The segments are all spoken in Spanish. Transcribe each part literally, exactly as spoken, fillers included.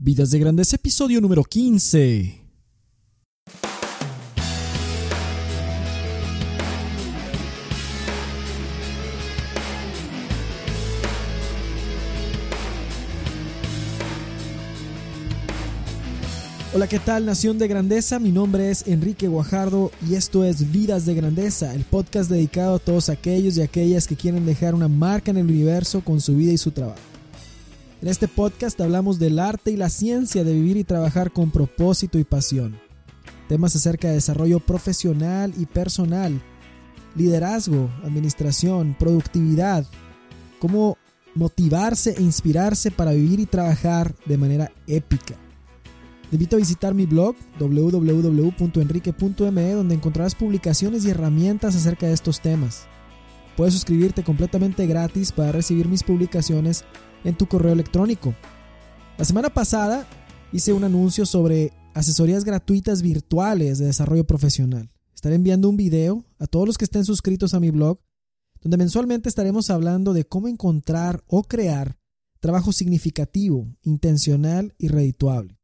Vidas de Grandeza, episodio número quince. Hola, ¿qué tal, Nación de Grandeza? Mi nombre es Enrique Guajardo y esto es Vidas de Grandeza, el podcast dedicado a todos aquellos y aquellas que quieren dejar una marca en el universo con su vida y su trabajo. En este podcast hablamos del arte y la ciencia de vivir y trabajar con propósito y pasión. Temas acerca de desarrollo profesional y personal, liderazgo, administración, productividad, cómo motivarse e inspirarse para vivir y trabajar de manera épica. Te invito a visitar mi blog doble u doble u doble u punto enrique punto m e donde encontrarás publicaciones y herramientas acerca de estos temas. Puedes suscribirte completamente gratis para recibir mis publicaciones en tu correo electrónico. La semana pasada hice un anuncio sobre asesorías gratuitas virtuales de desarrollo profesional. Estaré enviando un video a todos los que estén suscritos a mi blog, donde mensualmente estaremos hablando de cómo encontrar o crear trabajo significativo, intencional y redituable.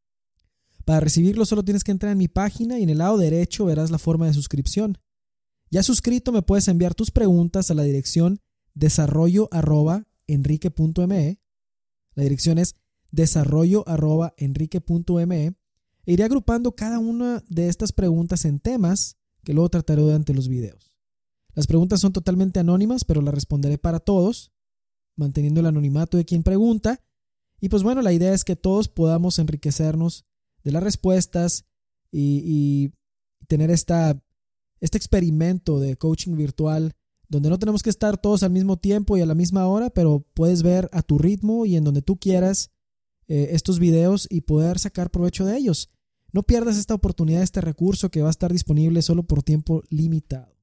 Para recibirlo solo tienes que entrar en mi página y en el lado derecho verás la forma de suscripción. Ya suscrito me puedes enviar tus preguntas a la dirección desarrollo arroba enrique punto m e. La dirección es desarrollo arroba enrique punto m e e iré agrupando cada una de estas preguntas en temas que luego trataré durante los videos. Las preguntas son totalmente anónimas, pero las responderé para todos, manteniendo el anonimato de quien pregunta. Y pues bueno, la idea es que todos podamos enriquecernos de las respuestas y, y tener esta, este experimento de coaching virtual donde no tenemos que estar todos al mismo tiempo y a la misma hora, pero puedes ver a tu ritmo y en donde tú quieras eh, estos videos y poder sacar provecho de ellos. No pierdas esta oportunidad, este recurso que va a estar disponible solo por tiempo limitado.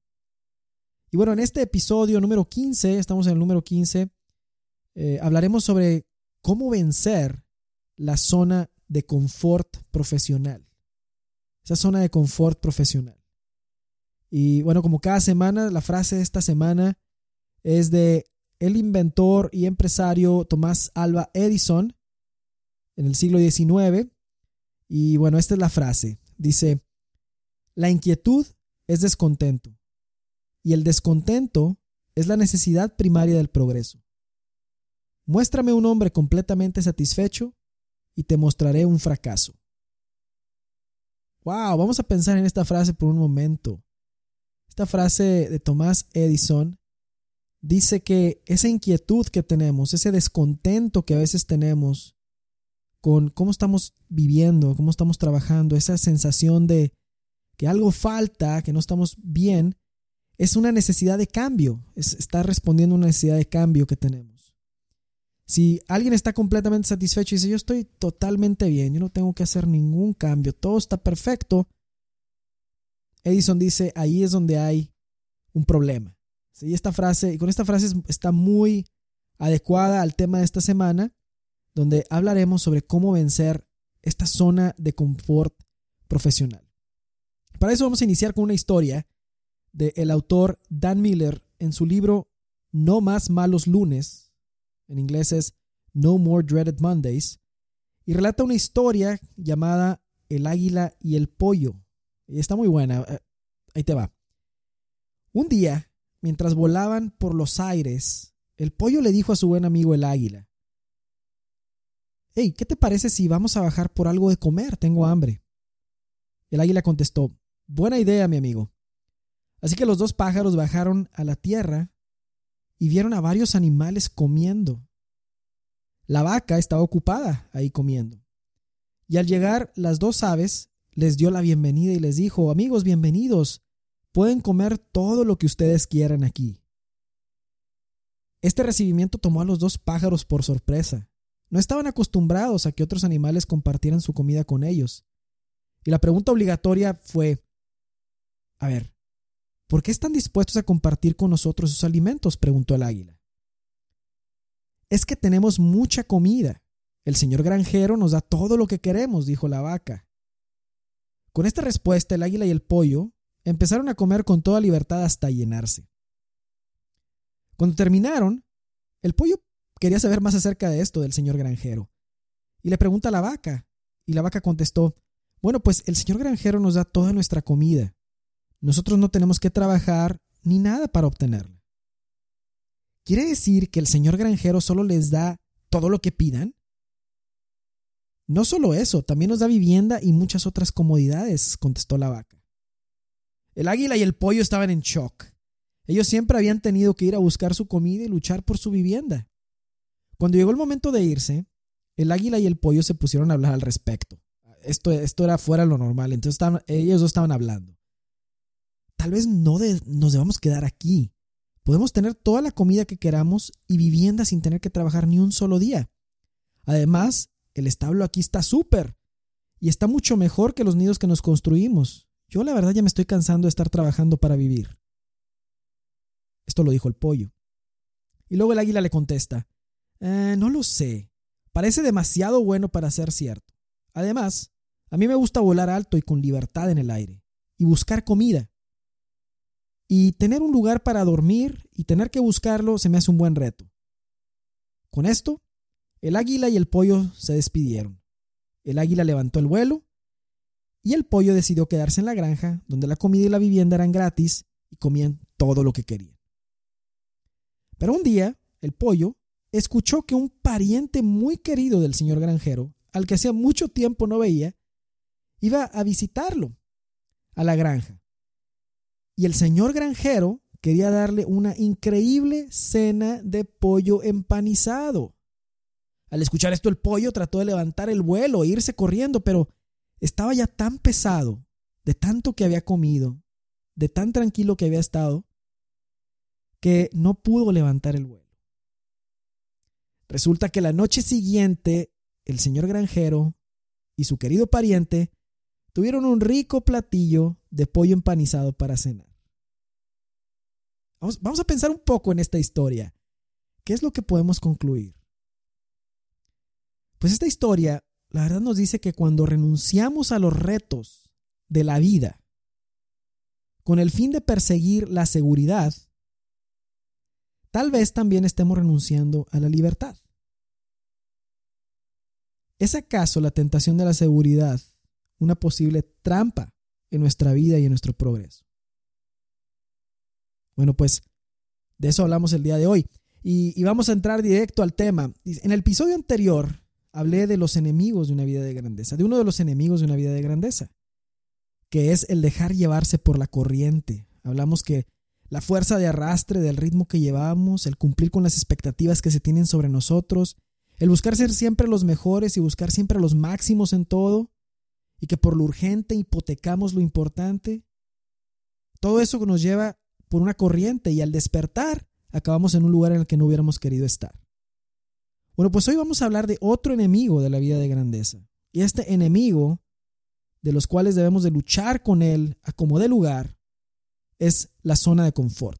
Y bueno, en este episodio número quince, estamos en el número quince, eh, hablaremos sobre cómo vencer la zona de confort profesional. Esa zona de confort profesional. Y bueno, como cada semana, la frase de esta semana es de el inventor y empresario Thomas Alva Edison en el siglo diecinueve. Y bueno, esta es la frase. Dice: la inquietud es descontento y el descontento es la necesidad primaria del progreso. Muéstrame un hombre completamente satisfecho y te mostraré un fracaso. Wow, vamos a pensar en esta frase por un momento. Esta frase de Thomas Edison dice que esa inquietud que tenemos, ese descontento que a veces tenemos con cómo estamos viviendo, cómo estamos trabajando, esa sensación de que algo falta, que no estamos bien, es una necesidad de cambio, es, está respondiendo a una necesidad de cambio que tenemos. Si alguien está completamente satisfecho y dice: yo estoy totalmente bien, yo no tengo que hacer ningún cambio, todo está perfecto, Edison dice: ahí es donde hay un problema. ¿Sí? Esta frase, y con esta frase está muy adecuada al tema de esta semana, donde hablaremos sobre cómo vencer esta zona de confort profesional. Para eso vamos a iniciar con una historia del autor Dan Miller en su libro No Más Malos Lunes. En inglés es No More Dreaded Mondays, y relata una historia llamada El Águila y el Pollo. Y está muy buena. Ahí te va. Un día, mientras volaban por los aires, el pollo le dijo a su buen amigo el águila: hey, ¿qué te parece si vamos a bajar por algo de comer? Tengo hambre. El águila contestó: buena idea, mi amigo. Así que los dos pájaros bajaron a la tierra y vieron a varios animales comiendo. La vaca estaba ocupada ahí comiendo. Y al llegar las dos aves, les dio la bienvenida y les dijo: amigos, bienvenidos, pueden comer todo lo que ustedes quieran aquí. Este recibimiento tomó a los dos pájaros por sorpresa. No estaban acostumbrados a que otros animales compartieran su comida con ellos. Y la pregunta obligatoria fue: a ver, ¿por qué están dispuestos a compartir con nosotros sus alimentos?, preguntó el águila. Es que tenemos mucha comida. El señor granjero nos da todo lo que queremos, dijo la vaca. Con esta respuesta, el águila y el pollo empezaron a comer con toda libertad hasta llenarse. Cuando terminaron, el pollo quería saber más acerca de esto del señor granjero y le pregunta a la vaca. Y la vaca contestó, bueno, pues el señor granjero nos da toda nuestra comida. Nosotros no tenemos que trabajar ni nada para obtenerla. ¿Quiere decir que el señor granjero solo les da todo lo que pidan? No solo eso, también nos da vivienda y muchas otras comodidades, contestó la vaca. El águila y el pollo estaban en shock. Ellos siempre habían tenido que ir a buscar su comida y luchar por su vivienda. Cuando llegó el momento de irse, el águila y el pollo se pusieron a hablar al respecto. Esto, esto era fuera de lo normal, entonces estaban, ellos dos estaban hablando. Tal vez no de, nos debamos quedar aquí. Podemos tener toda la comida que queramos y vivienda sin tener que trabajar ni un solo día. Además, el establo aquí está súper y está mucho mejor que los nidos que nos construimos. Yo la verdad ya me estoy cansando de estar trabajando para vivir. Esto lo dijo el pollo. Y luego el águila le contesta, eh, no lo sé. Parece demasiado bueno para ser cierto. Además, a mí me gusta volar alto y con libertad en el aire y buscar comida. Y tener un lugar para dormir y tener que buscarlo se me hace un buen reto. Con esto, el águila y el pollo se despidieron. El águila levantó el vuelo y el pollo decidió quedarse en la granja donde la comida y la vivienda eran gratis y comían todo lo que querían. Pero un día, el pollo escuchó que un pariente muy querido del señor granjero, al que hacía mucho tiempo no veía, iba a visitarlo a la granja. Y el señor granjero quería darle una increíble cena de pollo empanizado. Al escuchar esto, el pollo trató de levantar el vuelo e irse corriendo, pero estaba ya tan pesado, de tanto que había comido, de tan tranquilo que había estado, que no pudo levantar el vuelo. Resulta que la noche siguiente, el señor granjero y su querido pariente tuvieron un rico platillo de pollo empanizado para cenar. Vamos, vamos a pensar un poco en esta historia. ¿Qué es lo que podemos concluir? Pues esta historia, la verdad, nos dice que cuando renunciamos a los retos de la vida con el fin de perseguir la seguridad, tal vez también estemos renunciando a la libertad. ¿Es acaso la tentación de la seguridad una posible trampa en nuestra vida y en nuestro progreso? Bueno, pues de eso hablamos el día de hoy y, y vamos a entrar directo al tema. En el episodio anterior hablé de los enemigos de una vida de grandeza, de uno de los enemigos de una vida de grandeza, que es el dejar llevarse por la corriente. Hablamos que la fuerza de arrastre del ritmo que llevamos, el cumplir con las expectativas que se tienen sobre nosotros, el buscar ser siempre los mejores y buscar siempre los máximos en todo, y que por lo urgente hipotecamos lo importante. Todo eso nos lleva por una corriente y al despertar acabamos en un lugar en el que no hubiéramos querido estar. Bueno, pues hoy vamos a hablar de otro enemigo de la vida de grandeza. Y este enemigo, de los cuales debemos de luchar con él a como dé lugar, es la zona de confort.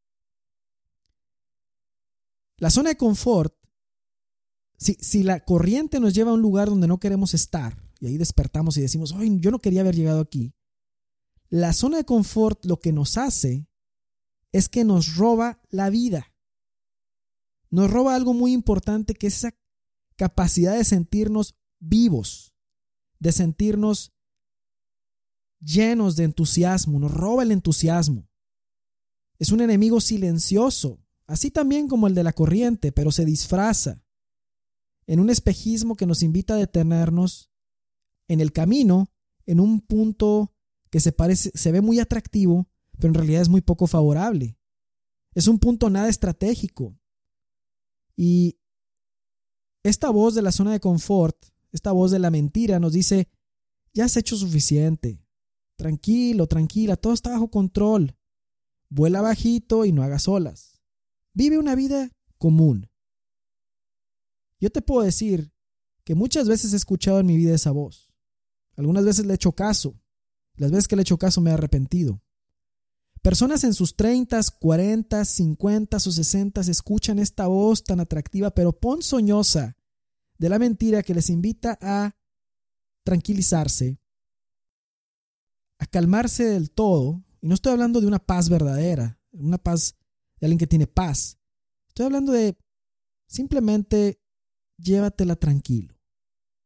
La zona de confort, si, si la corriente nos lleva a un lugar donde no queremos estar, y ahí despertamos y decimos, ay, yo no quería haber llegado aquí. La zona de confort lo que nos hace es que nos roba la vida. Nos roba algo muy importante, que es esa capacidad de sentirnos vivos, de sentirnos llenos de entusiasmo. Nos roba el entusiasmo. Es un enemigo silencioso, así también como el de la corriente, pero se disfraza en un espejismo que nos invita a detenernos en el camino, en un punto que se parece, se ve muy atractivo, pero en realidad es muy poco favorable. Es un punto nada estratégico. Y esta voz de la zona de confort, esta voz de la mentira nos dice, ya has hecho suficiente. Tranquilo, tranquila, todo está bajo control. Vuela bajito y no hagas olas. Vive una vida común. Yo te puedo decir que muchas veces he escuchado en mi vida esa voz. Algunas veces le he hecho caso. Las veces que le he hecho caso me he arrepentido. Personas en sus treintas, cuarentas, cincuentas o sesentas escuchan esta voz tan atractiva pero ponzoñosa de la mentira que les invita a tranquilizarse, a calmarse del todo. Y no estoy hablando de una paz verdadera, una paz de alguien que tiene paz. Estoy hablando de simplemente llévatela tranquilo.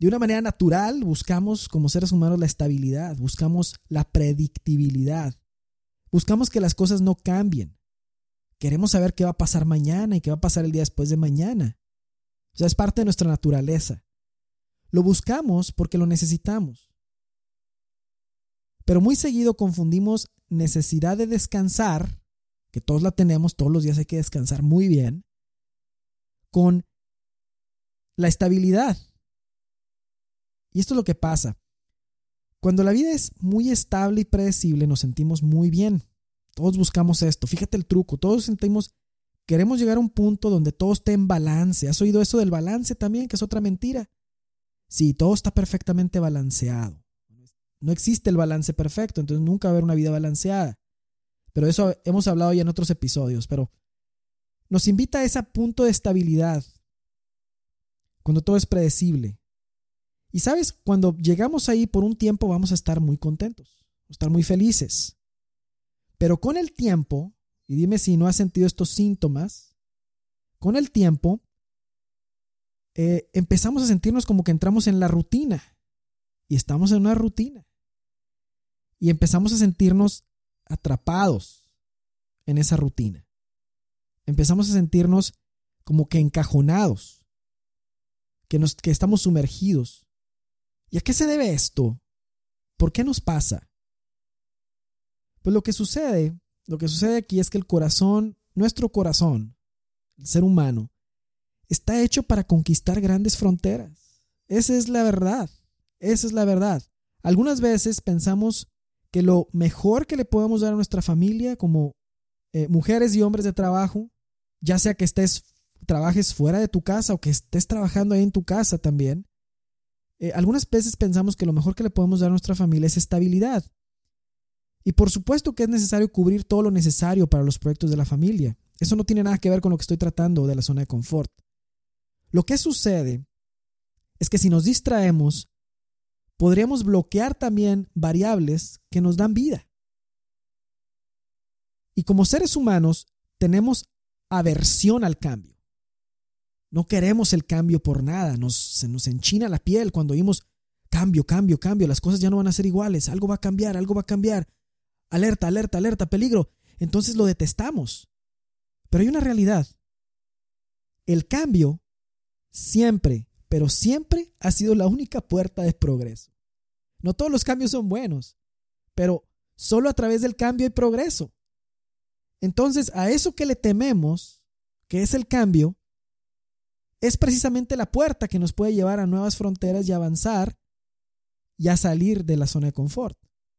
De una manera natural buscamos como seres humanos la estabilidad, buscamos la predictibilidad, buscamos que las cosas no cambien. Queremos saber qué va a pasar mañana y qué va a pasar el día después de mañana. O sea, es parte de nuestra naturaleza. Lo buscamos porque lo necesitamos. Pero muy seguido confundimos necesidad de descansar, que todos la tenemos, todos los días hay que descansar muy bien, con la estabilidad. Y esto es lo que pasa. Cuando la vida es muy estable y predecible, nos sentimos muy bien. Todos buscamos esto. Fíjate el truco. Todos sentimos, queremos llegar a un punto donde todo esté en balance. ¿Has oído eso del balance también, que es otra mentira? Sí, todo está perfectamente balanceado. No existe el balance perfecto, entonces nunca va a haber una vida balanceada. Pero eso hemos hablado ya en otros episodios. Pero nos invita a ese punto de estabilidad, cuando todo es predecible. Y sabes, cuando llegamos ahí por un tiempo vamos a estar muy contentos, a estar muy felices. Pero con el tiempo, y dime si no has sentido estos síntomas, con el tiempo eh, empezamos a sentirnos como que entramos en la rutina. Y estamos en una rutina. Y empezamos a sentirnos atrapados en esa rutina. Empezamos a sentirnos como que encajonados, que, nos, que estamos sumergidos. ¿Y a qué se debe esto? ¿Por qué nos pasa? Pues lo que sucede, lo que sucede aquí es que el corazón, nuestro corazón, el ser humano, está hecho para conquistar grandes fronteras. Esa es la verdad. Esa es la verdad. Algunas veces pensamos que lo mejor que le podemos dar a nuestra familia, como eh, mujeres y hombres de trabajo, ya sea que estés, trabajes fuera de tu casa o que estés trabajando ahí en tu casa también, eh, algunas veces pensamos que lo mejor que le podemos dar a nuestra familia es estabilidad. Y por supuesto que es necesario cubrir todo lo necesario para los proyectos de la familia. Eso no tiene nada que ver con lo que estoy tratando de la zona de confort. Lo que sucede es que si nos distraemos, podríamos bloquear también variables que nos dan vida. Y como seres humanos tenemos aversión al cambio. No queremos el cambio por nada. Nos, se nos enchina la piel cuando oímos cambio, cambio, cambio. Las cosas ya no van a ser iguales. Algo va a cambiar, algo va a cambiar. Alerta, alerta, alerta, peligro. Entonces lo detestamos. Pero hay una realidad. El cambio siempre, pero siempre ha sido la única puerta de progreso. No todos los cambios son buenos, pero solo a través del cambio hay progreso. Entonces, a eso que le tememos, que es el cambio, es precisamente la puerta que nos puede llevar a nuevas fronteras y avanzar y a salir de la zona de confort.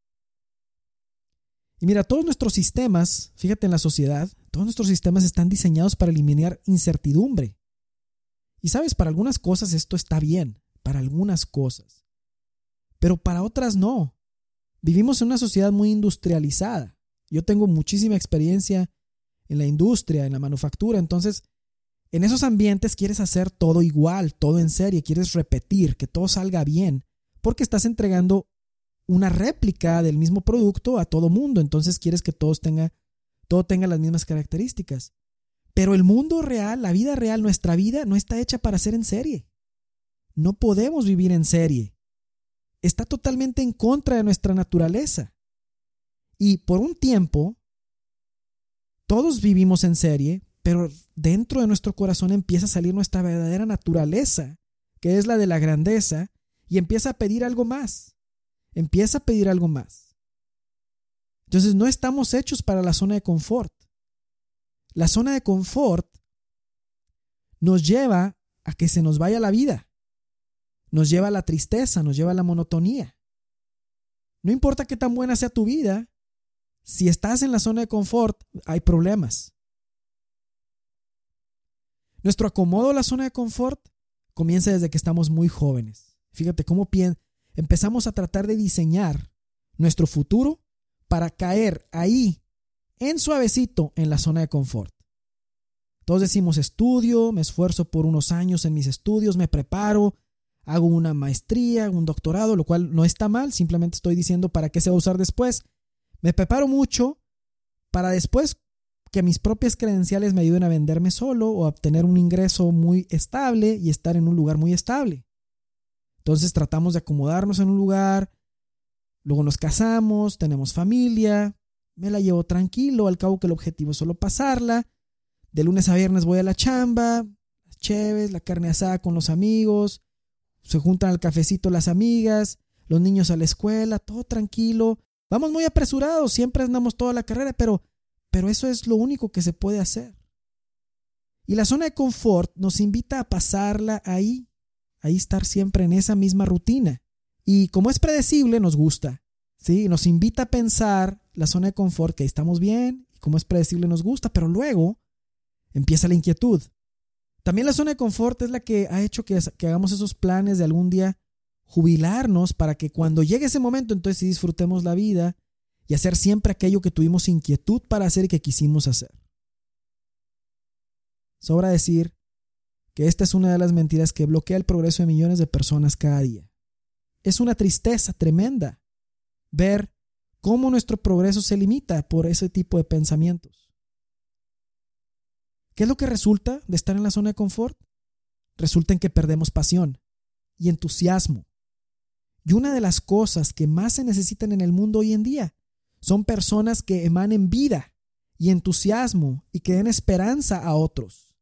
Y mira, todos nuestros sistemas, fíjate en la sociedad, todos nuestros sistemas están diseñados para eliminar incertidumbre. Y sabes, para algunas cosas esto está bien, para algunas cosas. Pero para otras no. Vivimos en una sociedad muy industrializada. Yo tengo muchísima experiencia en la industria, en la manufactura. Entonces, en esos ambientes quieres hacer todo igual, todo en serie. Quieres repetir, que todo salga bien. Porque estás entregando una réplica del mismo producto a todo mundo. Entonces quieres que todos tenga, todo tenga las mismas características. Pero el mundo real, la vida real, nuestra vida no está hecha para ser en serie. No podemos vivir en serie. Está totalmente en contra de nuestra naturaleza. Y por un tiempo, todos vivimos en serie, pero dentro de nuestro corazón empieza a salir nuestra verdadera naturaleza, que es la de la grandeza, y empieza a pedir algo más. Empieza a pedir algo más. Entonces no estamos hechos para la zona de confort. La zona de confort nos lleva a que se nos vaya la vida. Nos lleva a la tristeza, nos lleva a la monotonía. No importa qué tan buena sea tu vida, si estás en la zona de confort, hay problemas. Nuestro acomodo a la zona de confort comienza desde que estamos muy jóvenes. Fíjate cómo pien- empezamos a tratar de diseñar nuestro futuro para caer ahí, en suavecito, en la zona de confort. Todos decimos estudio, me esfuerzo por unos años en mis estudios, me preparo, hago una maestría, un doctorado, lo cual no está mal, simplemente estoy diciendo para qué se va a usar después. Me preparo mucho para después que mis propias credenciales me ayuden a venderme solo o a obtener un ingreso muy estable y estar en un lugar muy estable. Entonces tratamos de acomodarnos en un lugar, luego nos casamos, tenemos familia, me la llevo tranquilo, al cabo que el objetivo es solo pasarla. De lunes a viernes voy a la chamba, las cheves, la carne asada con los amigos, se juntan al cafecito las amigas, los niños a la escuela, todo tranquilo. Vamos muy apresurados, siempre andamos toda la carrera, pero, pero eso es lo único que se puede hacer. Y la zona de confort nos invita a pasarla ahí, ahí estar siempre en esa misma rutina. Y como es predecible, nos gusta, ¿sí? Nos invita a pensar la zona de confort, que ahí estamos bien, y como es predecible nos gusta, pero luego empieza la inquietud. También la zona de confort es la que ha hecho que, que hagamos esos planes de algún día jubilarnos para que cuando llegue ese momento, entonces sí disfrutemos la vida y hacer siempre aquello que tuvimos inquietud para hacer y que quisimos hacer. Sobra decir que esta es una de las mentiras que bloquea el progreso de millones de personas cada día. Es una tristeza tremenda ver cómo nuestro progreso se limita por ese tipo de pensamientos. ¿Qué es lo que resulta de estar en la zona de confort? Resulta en que perdemos pasión y entusiasmo. Y una de las cosas que más se necesitan en el mundo hoy en día son personas que emanen vida y entusiasmo y que den esperanza a otros.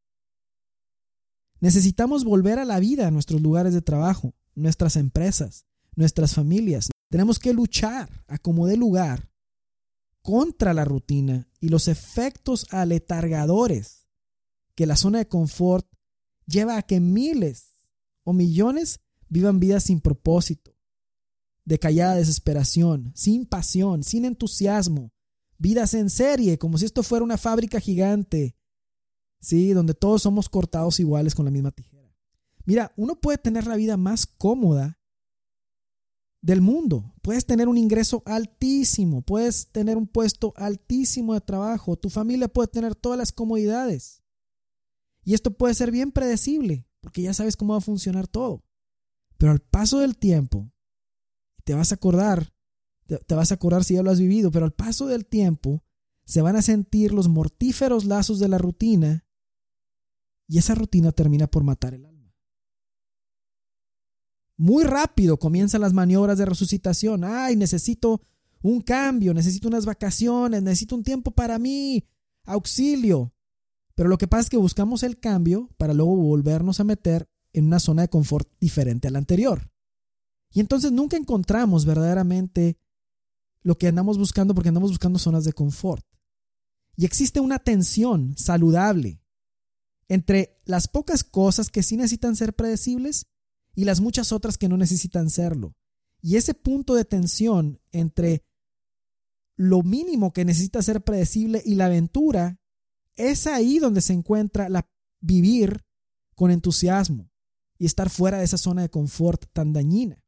Necesitamos volver a la vida a nuestros lugares de trabajo, nuestras empresas, nuestras familias. Tenemos que luchar a como dé lugar contra la rutina y los efectos aletargadores que la zona de confort lleva a que miles o millones vivan vidas sin propósito, de callada desesperación, sin pasión, sin entusiasmo, vidas en serie, como si esto fuera una fábrica gigante, ¿sí? Donde todos somos cortados iguales con la misma tijera. Mira, uno puede tener la vida más cómoda del mundo. Puedes tener un ingreso altísimo, puedes tener un puesto altísimo de trabajo, tu familia puede tener todas las comodidades. Y esto puede ser bien predecible, porque ya sabes cómo va a funcionar todo. Pero al paso del tiempo, te vas a acordar, te, te vas a acordar si ya lo has vivido, pero al paso del tiempo se van a sentir los mortíferos lazos de la rutina y esa rutina termina por matar el alma. Muy rápido comienzan las maniobras de resucitación. Ay, necesito un cambio, necesito unas vacaciones, necesito un tiempo para mí, auxilio. Pero lo que pasa es que buscamos el cambio para luego volvernos a meter en una zona de confort diferente a la anterior. Y entonces nunca encontramos verdaderamente lo que andamos buscando porque andamos buscando zonas de confort. Y existe una tensión saludable entre las pocas cosas que sí necesitan ser predecibles y las muchas otras que no necesitan serlo. Y ese punto de tensión entre lo mínimo que necesita ser predecible y la aventura, es ahí donde se encuentra la vivir con entusiasmo y estar fuera de esa zona de confort tan dañina.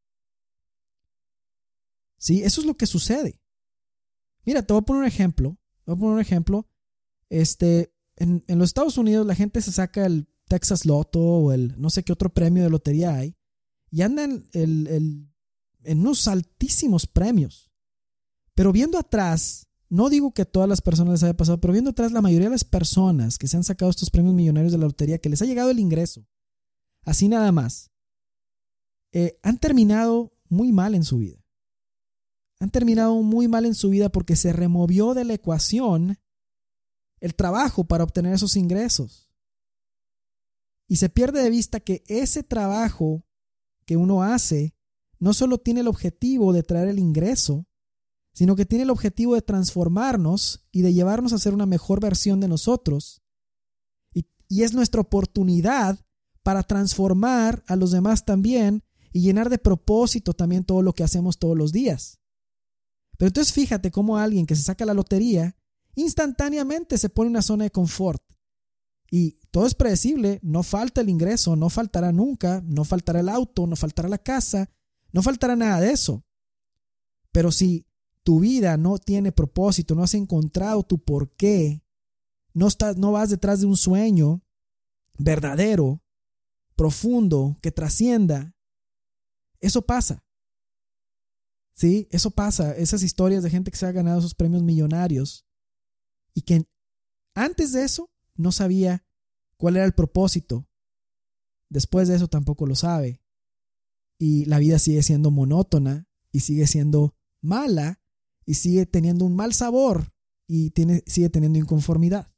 Sí, eso es lo que sucede. Mira, te voy a poner un ejemplo. Te voy a poner un ejemplo. Este, en, en los Estados Unidos la gente se saca el Texas Lotto o el no sé qué otro premio de lotería hay y andan el, el, en unos altísimos premios. Pero viendo atrás, no digo que a todas las personas les haya pasado, pero viendo atrás la mayoría de las personas que se han sacado estos premios millonarios de la lotería, que les ha llegado el ingreso, así nada más, eh, han terminado muy mal en su vida. Han terminado muy mal en su vida porque se removió de la ecuación el trabajo para obtener esos ingresos. Y se pierde de vista que ese trabajo que uno hace no solo tiene el objetivo de traer el ingreso, sino que tiene el objetivo de transformarnos y de llevarnos a ser una mejor versión de nosotros. Y, y es nuestra oportunidad para transformar a los demás también y llenar de propósito también todo lo que hacemos todos los días. Pero entonces fíjate cómo alguien que se saca la lotería instantáneamente se pone en una zona de confort. Y todo es predecible, no falta el ingreso, no faltará nunca, no faltará el auto, no faltará la casa, no faltará nada de eso. Pero si tu vida no tiene propósito, no has encontrado tu porqué, no, estás, no vas detrás de un sueño verdadero, profundo, que trascienda, eso pasa. Sí, eso pasa, esas historias de gente que se ha ganado esos premios millonarios y que antes de eso no sabía cuál era el propósito. Después de eso tampoco lo sabe. y la vida sigue siendo monótona y sigue siendo mala y sigue teniendo un mal sabor y tiene, sigue teniendo inconformidad.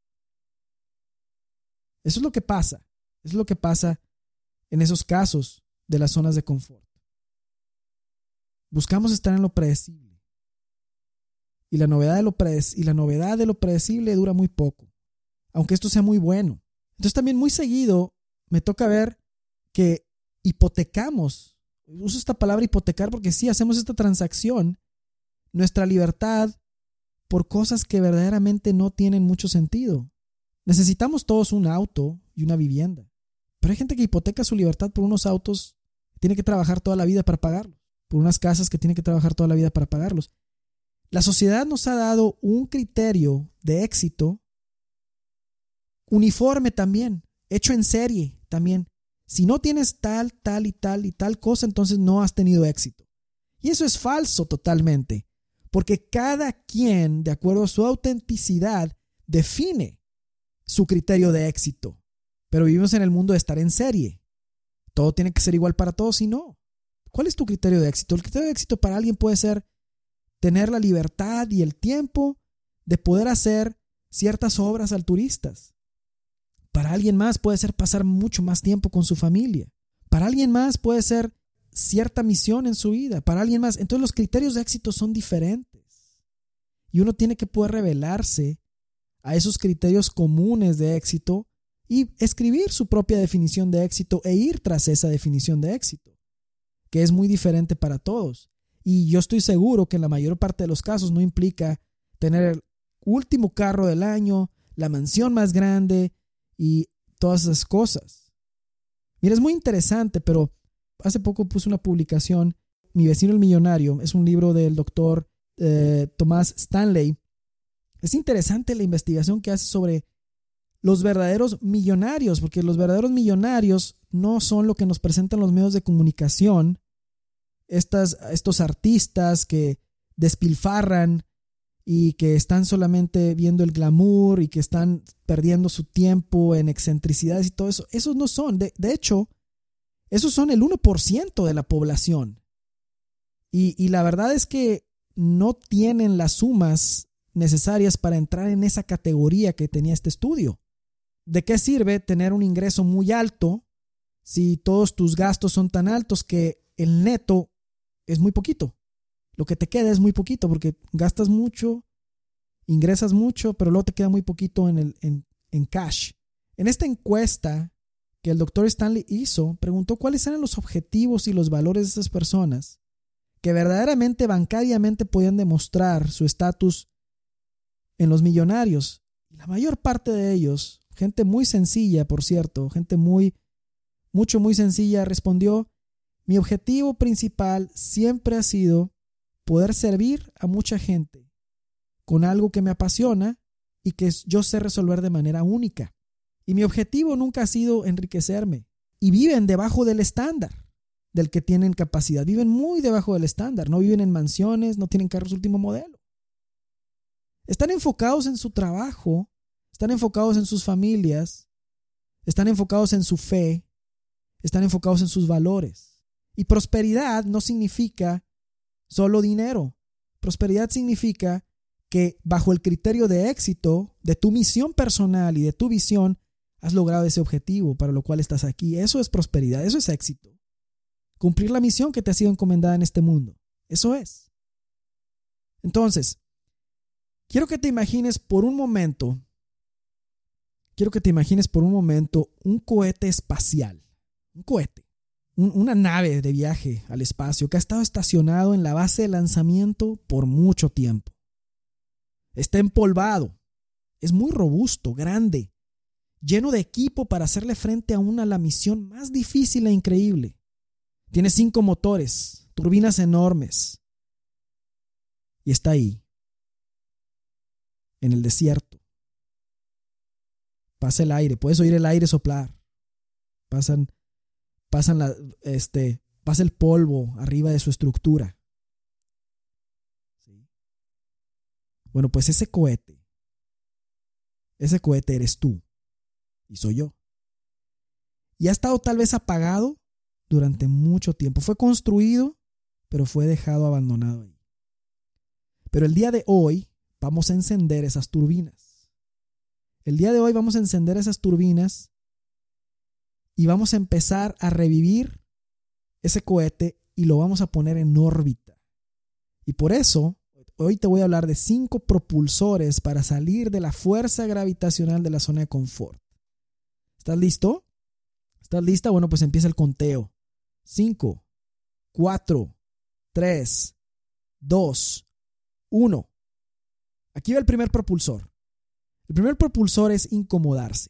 Eso es lo que pasa. Eso es lo que pasa en esos casos de las zonas de confort. Buscamos estar en lo predecible. Y la novedad de lo, prede- y la novedad de lo predecible dura muy poco, aunque esto sea muy bueno. Entonces también muy seguido me toca ver que hipotecamos, uso esta palabra hipotecar porque sí hacemos esta transacción, nuestra libertad por cosas que verdaderamente no tienen mucho sentido. Necesitamos todos un auto y una vivienda, pero hay gente que hipoteca su libertad por unos autos que tiene que trabajar toda la vida para pagarlos, por unas casas que tiene que trabajar toda la vida para pagarlos. La sociedad nos ha dado un criterio de éxito uniforme también, hecho en serie también. Si no tienes tal, tal y tal y tal cosa, entonces no has tenido éxito. Y eso es falso totalmente, porque cada quien, de acuerdo a su autenticidad, define su criterio de éxito. Pero vivimos en el mundo de estar en serie. Todo tiene que ser igual para todos y no. ¿Cuál es tu criterio de éxito? El criterio de éxito para alguien puede ser tener la libertad y el tiempo de poder hacer ciertas obras altruistas. Para alguien más puede ser pasar mucho más tiempo con su familia. Para alguien más puede ser cierta misión en su vida. Para alguien más. Entonces los criterios de éxito son diferentes. Y uno tiene que poder revelarse a esos criterios comunes de éxito y escribir su propia definición de éxito e ir tras esa definición de éxito, que es muy diferente para todos. Y yo estoy seguro que en la mayor parte de los casos no implica tener el último carro del año, la mansión más grande y todas esas cosas. Mira, es muy interesante, pero hace poco puse una publicación, Mi vecino el millonario, es un libro del doctor eh, Thomas Stanley. Es interesante la investigación que hace sobre los verdaderos millonarios, porque los verdaderos millonarios no son lo que nos presentan los medios de comunicación. Estas, estos artistas que despilfarran y que están solamente viendo el glamour y que están perdiendo su tiempo en excentricidades y todo eso, esos no son, de, de hecho, esos son el uno por ciento de la población. Y, y la verdad es que no tienen las sumas necesarias para entrar en esa categoría que tenía este estudio. ¿De qué sirve tener un ingreso muy alto si todos tus gastos son tan altos que el neto es muy poquito? Lo que te queda es muy poquito porque gastas mucho, ingresas mucho, pero luego te queda muy poquito en, el, en, en cash. En esta encuesta que el doctor Stanley hizo, preguntó cuáles eran los objetivos y los valores de esas personas que verdaderamente bancariamente podían demostrar su estatus en los millonarios. La mayor parte de ellos, gente muy sencilla, por cierto, gente muy, mucho, muy sencilla, respondió: mi objetivo principal siempre ha sido poder servir a mucha gente con algo que me apasiona y que yo sé resolver de manera única. Y mi objetivo nunca ha sido enriquecerme. Y viven debajo del estándar del que tienen capacidad. Viven muy debajo del estándar. No viven en mansiones, no tienen carros último modelo. Están enfocados en su trabajo, están enfocados en sus familias, están enfocados en su fe, están enfocados en sus valores. Y prosperidad no significa solo dinero. Prosperidad significa que bajo el criterio de éxito, de tu misión personal y de tu visión, has logrado ese objetivo para lo cual estás aquí. Eso es prosperidad, eso es éxito. Cumplir la misión que te ha sido encomendada en este mundo. Eso es. Entonces, quiero que te imagines por un momento, quiero que te imagines por un momento un cohete espacial, un cohete, un, una nave de viaje al espacio que ha estado estacionado en la base de lanzamiento por mucho tiempo. Está empolvado, es muy robusto, grande, lleno de equipo para hacerle frente a una la misión más difícil e increíble. Tiene cinco motores, turbinas enormes y está ahí, en el desierto. Pasa el aire, puedes oír el aire soplar. Pasan, pasan la, este, pasa el polvo arriba de su estructura. ¿Sí? Bueno, pues ese cohete, ese cohete eres tú y soy yo. Y ha estado tal vez apagado durante mucho tiempo. Fue construido, pero fue dejado abandonado ahí. Pero el día de hoy vamos a encender esas turbinas. El día de hoy vamos a encender esas turbinas y vamos a empezar a revivir ese cohete y lo vamos a poner en órbita. Y por eso, hoy te voy a hablar de cinco propulsores para salir de la fuerza gravitacional de la zona de confort. ¿Estás listo? ¿Estás lista? Bueno, pues empieza el conteo. cinco, cuatro, tres, dos, uno. Aquí va el primer propulsor. El primer propulsor es incomodarse.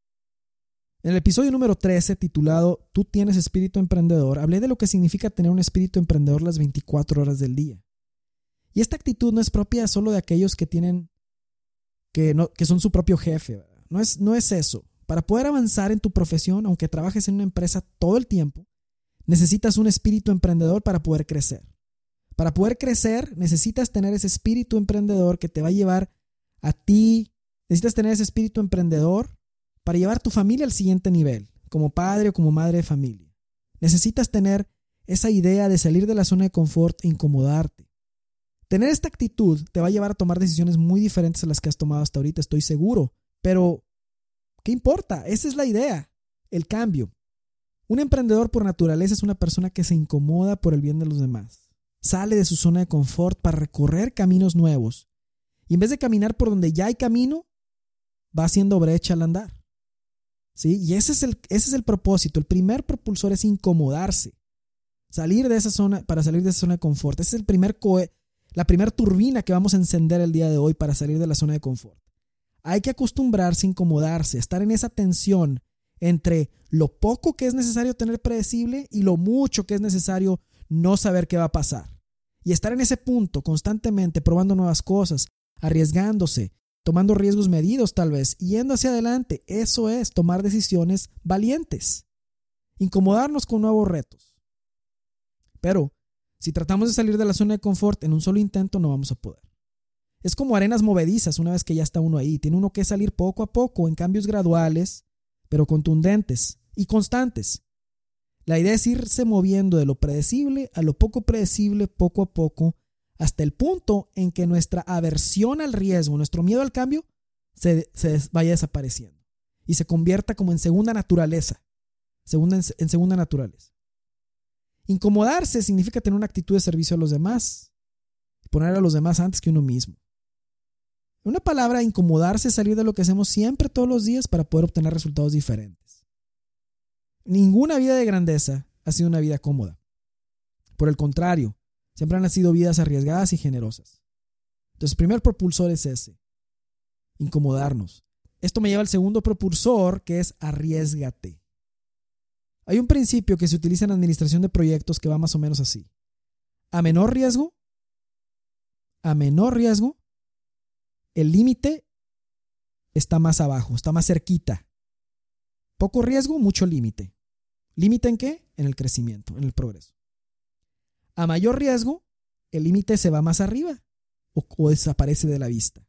En el episodio número trece, titulado Tú tienes espíritu emprendedor, hablé de lo que significa tener un espíritu emprendedor las veinticuatro horas del día. Y esta actitud no es propia solo de aquellos que tienen, que, no, que son su propio jefe, ¿verdad? No es, no es eso. Para poder avanzar en tu profesión, aunque trabajes en una empresa todo el tiempo, necesitas un espíritu emprendedor para poder crecer. Para poder crecer, necesitas tener ese espíritu emprendedor que te va a llevar a ti. Necesitas tener ese espíritu emprendedor para llevar tu familia al siguiente nivel, como padre o como madre de familia. Necesitas tener esa idea de salir de la zona de confort e incomodarte. Tener esta actitud te va a llevar a tomar decisiones muy diferentes a las que has tomado hasta ahorita, estoy seguro. Pero, ¿qué importa? Esa es la idea, el cambio. Un emprendedor por naturaleza es una persona que se incomoda por el bien de los demás. Sale de su zona de confort para recorrer caminos nuevos. Y en vez de caminar por donde ya hay camino, va haciendo brecha al andar. ¿Sí? Y ese es el, ese es el propósito. El primer propulsor es incomodarse. Salir de esa zona, para salir de esa zona de confort. Ese es el primer cohe, la primera turbina que vamos a encender el día de hoy para salir de la zona de confort. Hay que acostumbrarse a incomodarse, a estar en esa tensión entre lo poco que es necesario tener predecible y lo mucho que es necesario no saber qué va a pasar. Y estar en ese punto constantemente probando nuevas cosas, arriesgándose, tomando riesgos medidos tal vez, yendo hacia adelante. Eso es tomar decisiones valientes. Incomodarnos con nuevos retos. Pero si tratamos de salir de la zona de confort en un solo intento, no vamos a poder. Es como arenas movedizas una vez que ya está uno ahí. Tiene uno que salir poco a poco en cambios graduales, pero contundentes y constantes. La idea es irse moviendo de lo predecible a lo poco predecible poco a poco, hasta el punto en que nuestra aversión al riesgo, nuestro miedo al cambio, se, se vaya desapareciendo y se convierta como en segunda naturaleza, segunda, en segunda naturaleza. Incomodarse significa tener una actitud de servicio a los demás, poner a los demás antes que uno mismo. En una palabra, incomodarse es salir de lo que hacemos siempre todos los días para poder obtener resultados diferentes. Ninguna vida de grandeza ha sido una vida cómoda. Por el contrario, siempre han sido vidas arriesgadas y generosas. Entonces, el primer propulsor es ese, incomodarnos. Esto me lleva al segundo propulsor, que es arriésgate. Hay un principio que se utiliza en administración de proyectos que va más o menos así. A menor riesgo, a menor riesgo, el límite está más abajo, está más cerquita. Poco riesgo, mucho límite. ¿Límite en qué? En el crecimiento, en el progreso. A mayor riesgo, el límite se va más arriba o, o desaparece de la vista.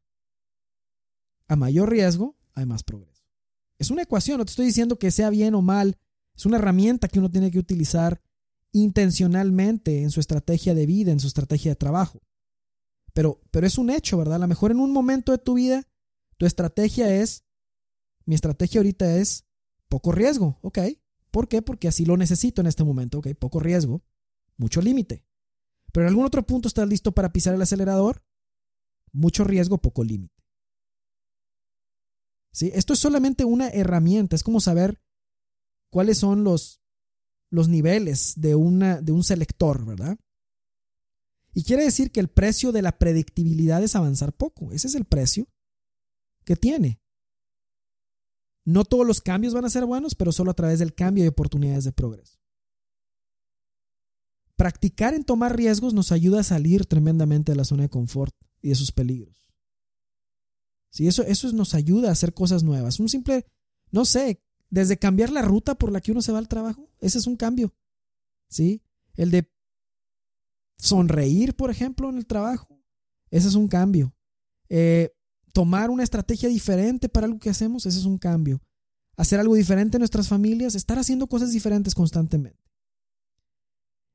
A mayor riesgo, hay más progreso. Es una ecuación, no te estoy diciendo que sea bien o mal. Es una herramienta que uno tiene que utilizar intencionalmente en su estrategia de vida, en su estrategia de trabajo. Pero, pero es un hecho, ¿verdad? A lo mejor en un momento de tu vida, tu estrategia es, mi estrategia ahorita es poco riesgo, ¿ok? ¿Por qué? Porque así lo necesito en este momento, ¿ok? Poco riesgo, mucho límite. Pero en algún otro punto estás listo para pisar el acelerador, mucho riesgo, poco límite. ¿Sí? Esto es solamente una herramienta, es como saber cuáles son los, los niveles de, una, de un selector, ¿verdad? Y quiere decir que el precio de la predictibilidad es avanzar poco. Ese es el precio que tiene. No todos los cambios van a ser buenos, pero solo a través del cambio y oportunidades de progreso. Practicar en tomar riesgos nos ayuda a salir tremendamente de la zona de confort y de sus peligros. Sí, eso, eso nos ayuda a hacer cosas nuevas. Un simple, no sé, desde cambiar la ruta por la que uno se va al trabajo, ese es un cambio. ¿Sí? El de sonreír, por ejemplo, en el trabajo, ese es un cambio. Eh, tomar una estrategia diferente para algo que hacemos, ese es un cambio. Hacer algo diferente en nuestras familias, estar haciendo cosas diferentes constantemente.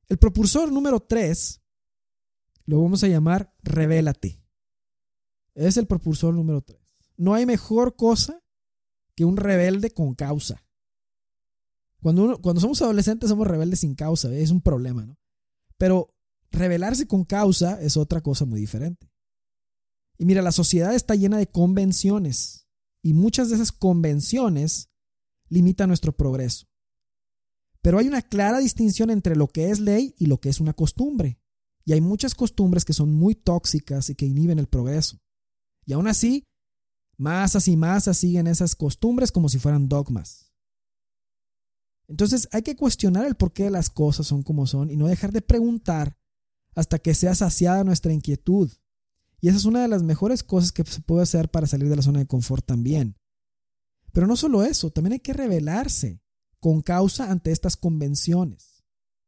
El propulsor número tres lo vamos a llamar revélate. Es el propulsor número tres. No hay mejor cosa que un rebelde con causa. Cuando, uno, cuando somos adolescentes somos rebeldes sin causa, es un problema, ¿no? Pero rebelarse con causa es otra cosa muy diferente. Y mira, la sociedad está llena de convenciones y muchas de esas convenciones limitan nuestro progreso. Pero hay una clara distinción entre lo que es ley y lo que es una costumbre. Y hay muchas costumbres que son muy tóxicas y que inhiben el progreso. Y aún así, masas y masas siguen esas costumbres como si fueran dogmas. Entonces hay que cuestionar el por qué las cosas son como son y no dejar de preguntar hasta que sea saciada nuestra inquietud. Y esa es una de las mejores cosas que se puede hacer para salir de la zona de confort también. Pero no solo eso, también hay que rebelarse con causa ante estas convenciones.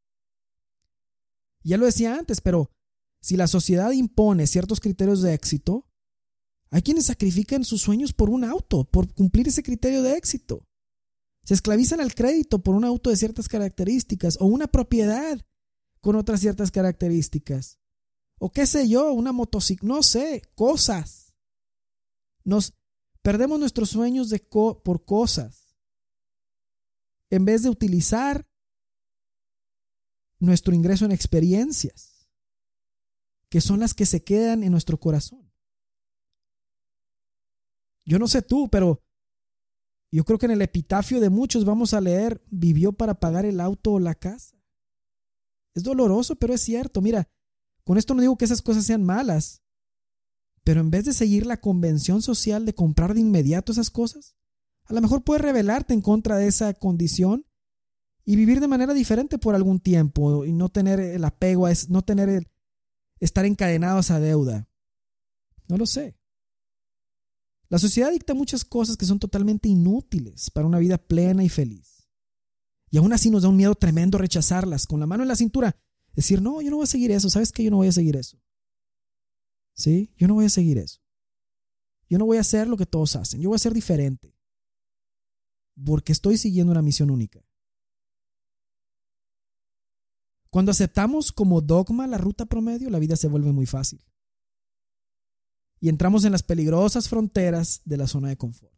Ya lo decía antes, pero si la sociedad impone ciertos criterios de éxito, hay quienes sacrifican sus sueños por un auto, por cumplir ese criterio de éxito. Se esclavizan al crédito por un auto de ciertas características o una propiedad con otras ciertas características. O qué sé yo, una motocicleta, no sé, cosas. Nos perdemos nuestros sueños de co- por cosas en vez de utilizar nuestro ingreso en experiencias, que son las que se quedan en nuestro corazón. Yo no sé tú, pero yo creo que en el epitafio de muchos vamos a leer, vivió para pagar el auto o la casa. Es doloroso, pero es cierto. Mira, con esto no digo que esas cosas sean malas, pero en vez de seguir la convención social de comprar de inmediato esas cosas, a lo mejor puedes rebelarte en contra de esa condición y vivir de manera diferente por algún tiempo y no tener el apego, a es, no tener el estar encadenado a esa deuda. No lo sé. La sociedad dicta muchas cosas que son totalmente inútiles para una vida plena y feliz. Y aún así nos da un miedo tremendo rechazarlas, con la mano en la cintura. Decir, no, yo no voy a seguir eso. ¿Sabes qué? Yo no voy a seguir eso. ¿Sí? Yo no voy a seguir eso. Yo no voy a hacer lo que todos hacen. Yo voy a ser diferente. Porque estoy siguiendo una misión única. Cuando aceptamos como dogma la ruta promedio, la vida se vuelve muy fácil. Y entramos en las peligrosas fronteras de la zona de confort.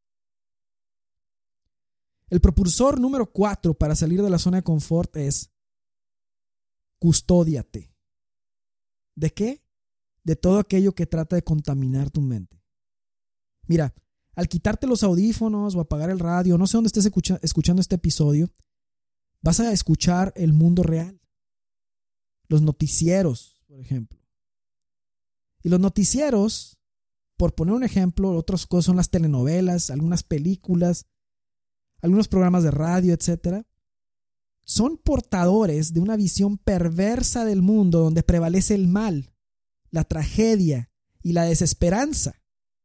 El propulsor número cuatro para salir de la zona de confort es custódiate. ¿De qué? De todo aquello que trata de contaminar tu mente. Mira, al quitarte los audífonos o apagar el radio, no sé dónde estés escucha- escuchando este episodio, vas a escuchar el mundo real. Los noticieros, por ejemplo. Y los noticieros, por poner un ejemplo, otras cosas son las telenovelas, algunas películas, algunos programas de radio, etcétera. Son portadores de una visión perversa del mundo donde prevalece el mal, la tragedia y la desesperanza.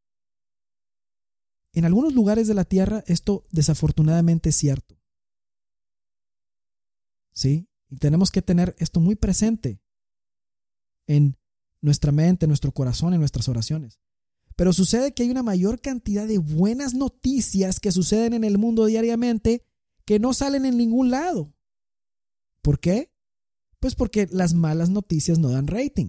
En algunos lugares de la tierra esto desafortunadamente es cierto. ¿Sí? Y tenemos que tener esto muy presente en nuestra mente, en nuestro corazón, en nuestras oraciones. Pero sucede que hay una mayor cantidad de buenas noticias que suceden en el mundo diariamente que no salen en ningún lado. ¿Por qué? Pues porque las malas noticias no dan rating.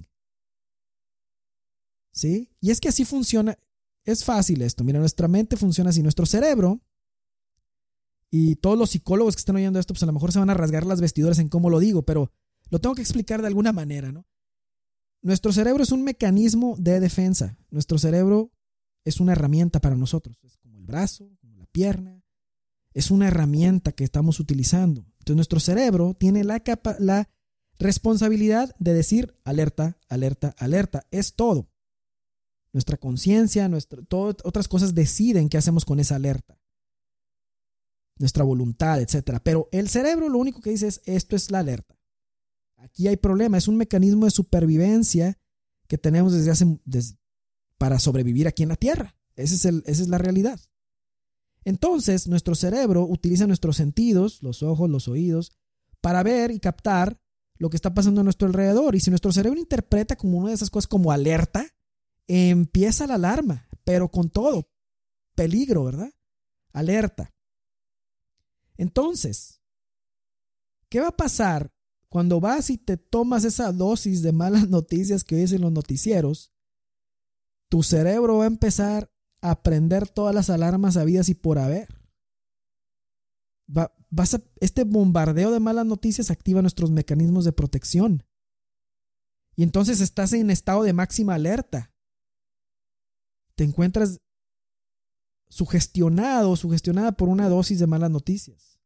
¿Sí? Y es que así funciona. Es fácil esto. Mira, nuestra mente funciona así. Nuestro cerebro, y todos los psicólogos que están oyendo esto, pues a lo mejor se van a rasgar las vestiduras en cómo lo digo, pero lo tengo que explicar de alguna manera, ¿no? Nuestro cerebro es un mecanismo de defensa. Nuestro cerebro es una herramienta para nosotros. Es como el brazo, como la pierna. Es una herramienta que estamos utilizando. Entonces nuestro cerebro tiene la, capa- la responsabilidad de decir alerta, alerta, alerta. Es todo. Nuestra conciencia, nuestra, todo, otras cosas deciden qué hacemos con esa alerta. Nuestra voluntad, etcétera. Pero el cerebro lo único que dice es esto es la alerta. Aquí hay problema, es un mecanismo de supervivencia que tenemos desde hace desde, para sobrevivir aquí en la Tierra. Ese es el, esa es la realidad. Entonces, nuestro cerebro utiliza nuestros sentidos, los ojos, los oídos, para ver y captar lo que está pasando a nuestro alrededor. Y si nuestro cerebro interpreta como una de esas cosas como alerta, empieza la alarma, pero con todo. Peligro, ¿verdad? Alerta. Entonces, ¿qué va a pasar cuando vas y te tomas esa dosis de malas noticias que oyes en los noticieros, tu cerebro va a empezar a prender todas las alarmas habidas y por haber. Va, vas a, este bombardeo de malas noticias activa nuestros mecanismos de protección. Y entonces estás en estado de máxima alerta. Te encuentras sugestionado, sugestionada por una dosis de malas noticias.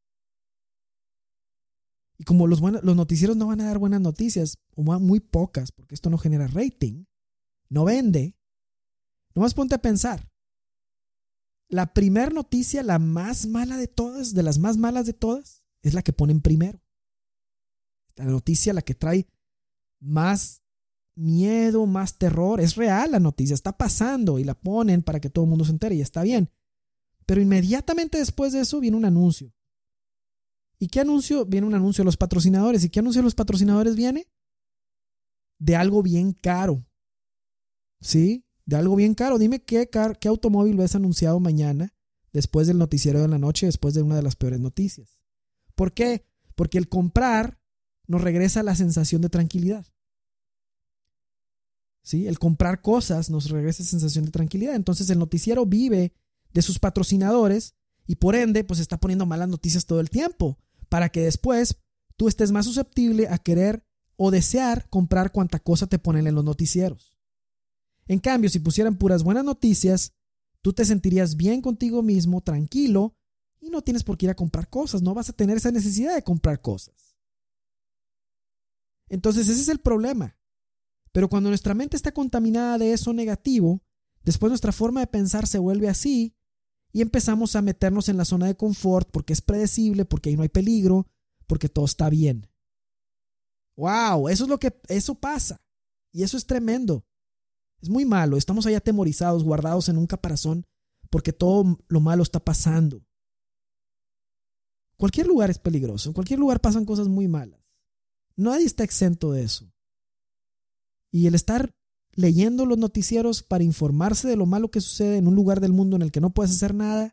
Y como los, buenos, los noticieros no van a dar buenas noticias, o muy pocas, porque esto no genera rating, no vende, nomás ponte a pensar. La primer noticia, la más mala de todas, de las más malas de todas, es la que ponen primero. La noticia, la que trae más miedo, más terror. Es real la noticia, está pasando y la ponen para que todo el mundo se entere y está bien. Pero inmediatamente después de eso viene un anuncio. ¿Y qué anuncio? Viene un anuncio de los patrocinadores. ¿Y qué anuncio de los patrocinadores viene? De algo bien caro. ¿Sí? De algo bien caro. Dime qué, car- qué automóvil ves anunciado mañana después del noticiero de la noche, después de una de las peores noticias. ¿Por qué? Porque el comprar nos regresa la sensación de tranquilidad. ¿Sí? El comprar cosas nos regresa sensación de tranquilidad. Entonces el noticiero vive de sus patrocinadores y por ende pues está poniendo malas noticias todo el tiempo para que después tú estés más susceptible a querer o desear comprar cuanta cosa te ponen en los noticieros. En cambio, si pusieran puras buenas noticias, tú te sentirías bien contigo mismo, tranquilo, y no tienes por qué ir a comprar cosas, no vas a tener esa necesidad de comprar cosas. Entonces ese es el problema. Pero cuando nuestra mente está contaminada de eso negativo, después nuestra forma de pensar se vuelve así y empezamos a meternos en la zona de confort porque es predecible, porque ahí no hay peligro, porque todo está bien. ¡Wow! Eso es lo que eso pasa. Y eso es tremendo. Es muy malo. Estamos ahí atemorizados, guardados en un caparazón porque todo lo malo está pasando. Cualquier lugar es peligroso. En cualquier lugar pasan cosas muy malas. Nadie está exento de eso. Y el estar leyendo los noticieros para informarse de lo malo que sucede en un lugar del mundo en el que no puedes hacer nada.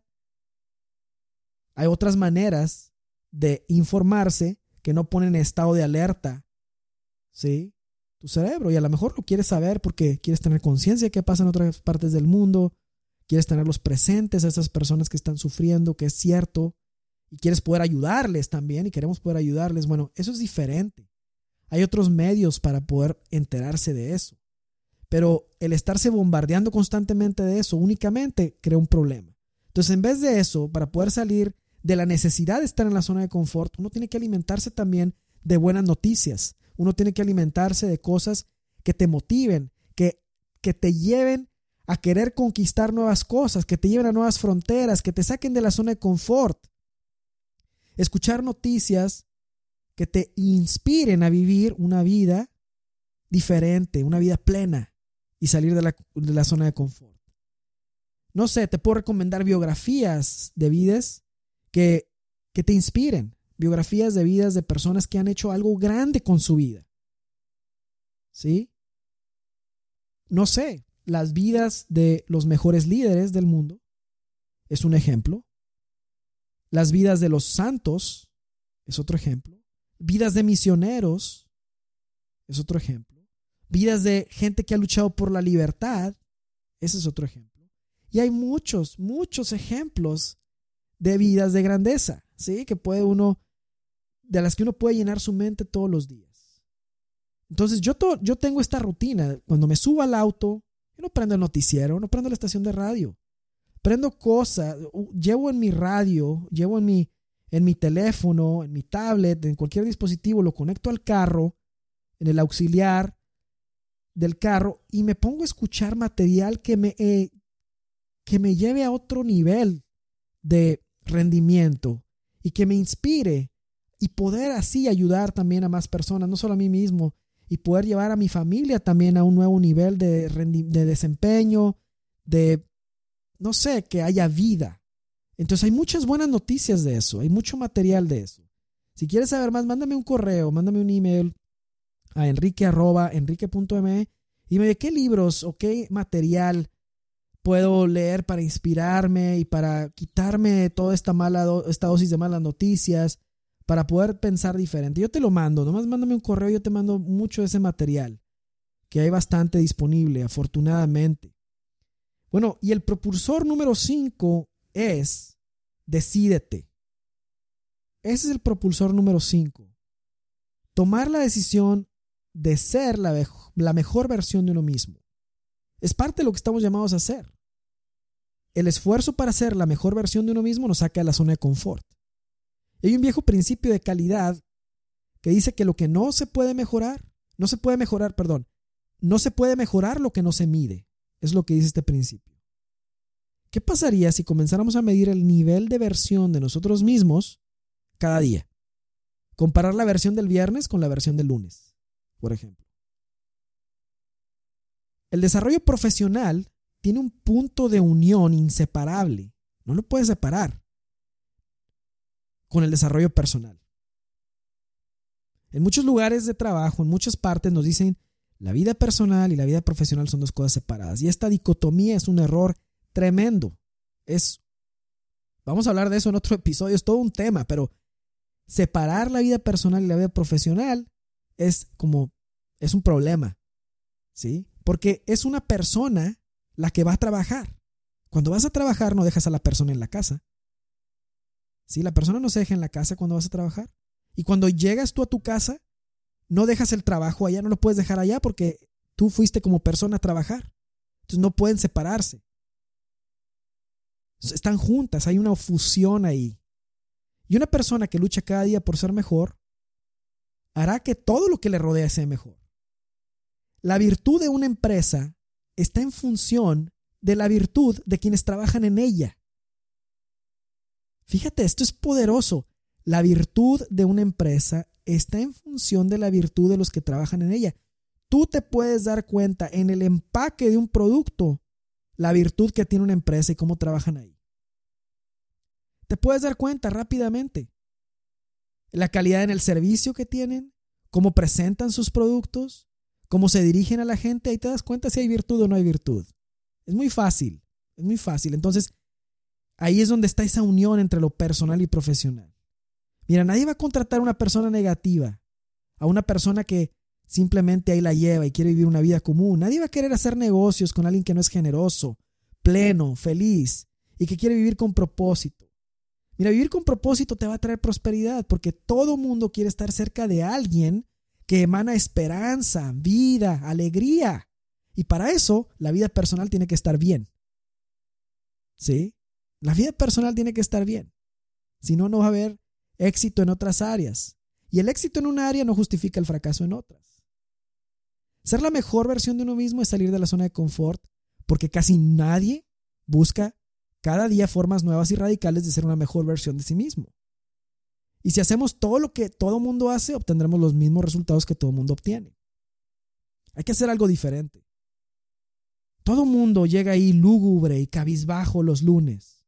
Hay otras maneras de informarse que no ponen en estado de alerta, ¿sí? Tu cerebro, y a lo mejor lo quieres saber porque quieres tener conciencia de qué pasa en otras partes del mundo, quieres tenerlos presentes a esas personas que están sufriendo, que es cierto, y quieres poder ayudarles también y queremos poder ayudarles. Bueno, eso es diferente. Hay otros medios para poder enterarse de eso. Pero el estarse bombardeando constantemente de eso únicamente crea un problema. Entonces, en vez de eso, para poder salir de la necesidad de estar en la zona de confort, uno tiene que alimentarse también de buenas noticias. Uno tiene que alimentarse de cosas que te motiven, que, que te lleven a querer conquistar nuevas cosas, que te lleven a nuevas fronteras, que te saquen de la zona de confort. Escuchar noticias que te inspiren a vivir una vida diferente, una vida plena y salir de la, de la zona de confort. No sé, te puedo recomendar biografías de vidas que, que te inspiren. Biografías de vidas de personas que han hecho algo grande con su vida. ¿Sí? No sé, las vidas de los mejores líderes del mundo es un ejemplo. Las vidas de los santos es otro ejemplo. Vidas de misioneros es otro ejemplo. Vidas de gente que ha luchado por la libertad, ese es otro ejemplo. Y hay muchos, muchos ejemplos de vidas de grandeza, ¿sí? Que puede uno, de las que uno puede llenar su mente todos los días. Entonces yo, to, yo tengo esta rutina. Cuando me subo al auto, yo no prendo el noticiero, no prendo la estación de radio. Prendo cosas, llevo en mi radio, llevo en mi, en mi teléfono, en mi tablet, en cualquier dispositivo, lo conecto al carro, en el auxiliar del carro y me pongo a escuchar material que me, eh, que me lleve a otro nivel de rendimiento y que me inspire y poder así ayudar también a más personas, no solo a mí mismo, y poder llevar a mi familia también a un nuevo nivel de, rendi- de desempeño, de, no sé, que haya vida. Entonces hay muchas buenas noticias de eso, hay mucho material de eso. Si quieres saber más, mándame un correo, mándame un email a enrique arroba enrique punto me y dime de qué libros o qué material puedo leer para inspirarme y para quitarme toda esta mala do- esta dosis de malas noticias, para poder pensar diferente. Yo te lo mando, nomás mándame un correo, yo te mando mucho de ese material, que hay bastante disponible, afortunadamente. Bueno, y el propulsor número cinco es decídete. Ese es el propulsor número cinco. Tomar la decisión de ser la, la mejor versión de uno mismo. Es parte de lo que estamos llamados a hacer. El esfuerzo para ser la mejor versión de uno mismo nos saca de la zona de confort. Hay un viejo principio de calidad que dice que lo que no se puede mejorar, no se puede mejorar, perdón, no se puede mejorar lo que no se mide. Es lo que dice este principio. ¿Qué pasaría si comenzáramos a medir el nivel de versión de nosotros mismos cada día? Comparar la versión del viernes con la versión del lunes, por ejemplo. El desarrollo profesional tiene un punto de unión inseparable. No lo puedes separar con el desarrollo personal. En muchos lugares de trabajo, en muchas partes nos dicen la vida personal y la vida profesional son dos cosas separadas. Y esta dicotomía es un error tremendo. Es, vamos a hablar de eso en otro episodio, es todo un tema, pero separar la vida personal y la vida profesional es como, es un problema, ¿sí? Porque es una persona la que va a trabajar. Cuando vas a trabajar no dejas a la persona en la casa. ¿Sí? La persona no se deja en la casa cuando vas a trabajar. Y cuando llegas tú a tu casa, no dejas el trabajo allá, no lo puedes dejar allá porque tú fuiste como persona a trabajar. Entonces no pueden separarse. Están juntas, hay una fusión ahí. Y una persona que lucha cada día por ser mejor, hará que todo lo que le rodea sea mejor. La virtud de una empresa está en función de la virtud de quienes trabajan en ella. Fíjate, esto es poderoso. La virtud de una empresa está en función de la virtud de los que trabajan en ella. Tú te puedes dar cuenta en el empaque de un producto la virtud que tiene una empresa y cómo trabajan ahí. Te puedes dar cuenta rápidamente. La calidad en el servicio que tienen, cómo presentan sus productos, cómo se dirigen a la gente, ahí te das cuenta si hay virtud o no hay virtud. Es muy fácil, es muy fácil. Entonces, ahí es donde está esa unión entre lo personal y profesional. Mira, nadie va a contratar a una persona negativa, a una persona que simplemente ahí la lleva y quiere vivir una vida común. Nadie va a querer hacer negocios con alguien que no es generoso, pleno, feliz y que quiere vivir con propósito. Mira, vivir con propósito te va a traer prosperidad porque todo mundo quiere estar cerca de alguien que emana esperanza, vida, alegría. Y para eso, la vida personal tiene que estar bien. ¿Sí? La vida personal tiene que estar bien. Si no, no va a haber éxito en otras áreas. Y el éxito en una área no justifica el fracaso en otras. Ser la mejor versión de uno mismo es salir de la zona de confort, porque casi nadie busca cada día formas nuevas y radicales de ser una mejor versión de sí mismo. Y si hacemos todo lo que todo mundo hace, obtendremos los mismos resultados que todo mundo obtiene. Hay que hacer algo diferente. Todo mundo llega ahí lúgubre y cabizbajo los lunes.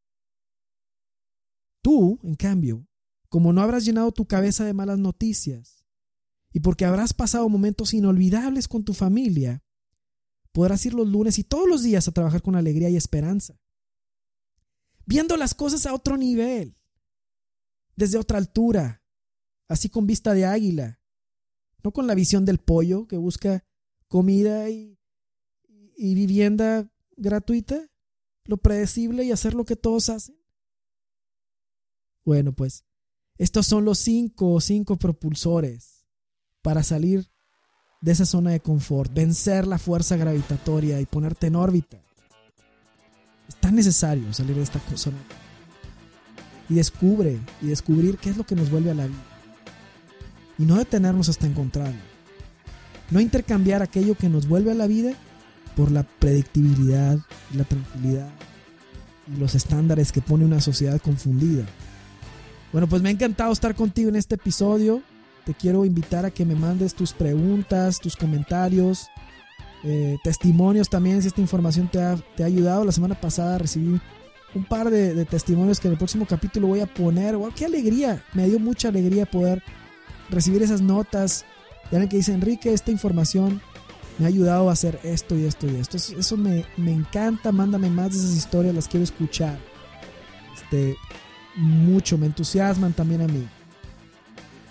Tú, en cambio, como no habrás llenado tu cabeza de malas noticias y porque habrás pasado momentos inolvidables con tu familia, podrás ir los lunes y todos los días a trabajar con alegría y esperanza, viendo las cosas a otro nivel, desde otra altura, así con vista de águila, no con la visión del pollo que busca comida y, y vivienda gratuita, lo predecible y hacer lo que todos hacen. Bueno, pues estos son los cinco, cinco propulsores para salir de esa zona de confort, vencer la fuerza gravitatoria y ponerte en órbita. Es tan necesario salir de esta zona y descubre y descubrir qué es lo que nos vuelve a la vida y no detenernos hasta encontrarlo. No intercambiar aquello que nos vuelve a la vida por la predictibilidad, la tranquilidad y los estándares que pone una sociedad confundida. Bueno, pues me ha encantado estar contigo en este episodio. Te quiero invitar a que me mandes tus preguntas, tus comentarios, eh, testimonios también si esta información te ha, te ha ayudado. La semana pasada recibí un par de, de testimonios que en el próximo capítulo voy a poner. ¡Wow! ¡Qué alegría! Me dio mucha alegría poder recibir esas notas de alguien que dice: Enrique, esta información me ha ayudado a hacer esto y esto y esto. Eso, eso me, me encanta. Mándame más de esas historias, las quiero escuchar. Este... mucho, me entusiasman también a mí.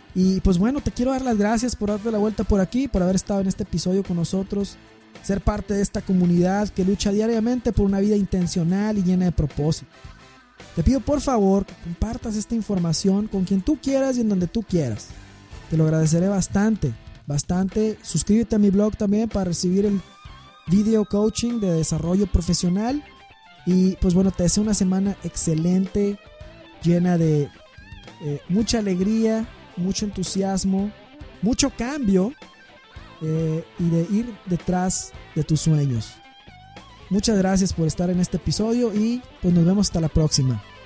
Y pues bueno, te quiero dar las gracias por darte la vuelta por aquí, por haber estado en este episodio con nosotros, ser parte de esta comunidad que lucha diariamente por una vida intencional y llena de propósito. Te pido por favor que compartas esta información con quien tú quieras y en donde tú quieras. Te lo agradeceré bastante, bastante. Suscríbete a mi blog también para recibir el video coaching de desarrollo profesional. Y pues bueno, te deseo una semana excelente, llena de eh, mucha alegría, mucho entusiasmo, mucho cambio eh, y de ir detrás de tus sueños. Muchas gracias por estar en este episodio y pues nos vemos hasta la próxima.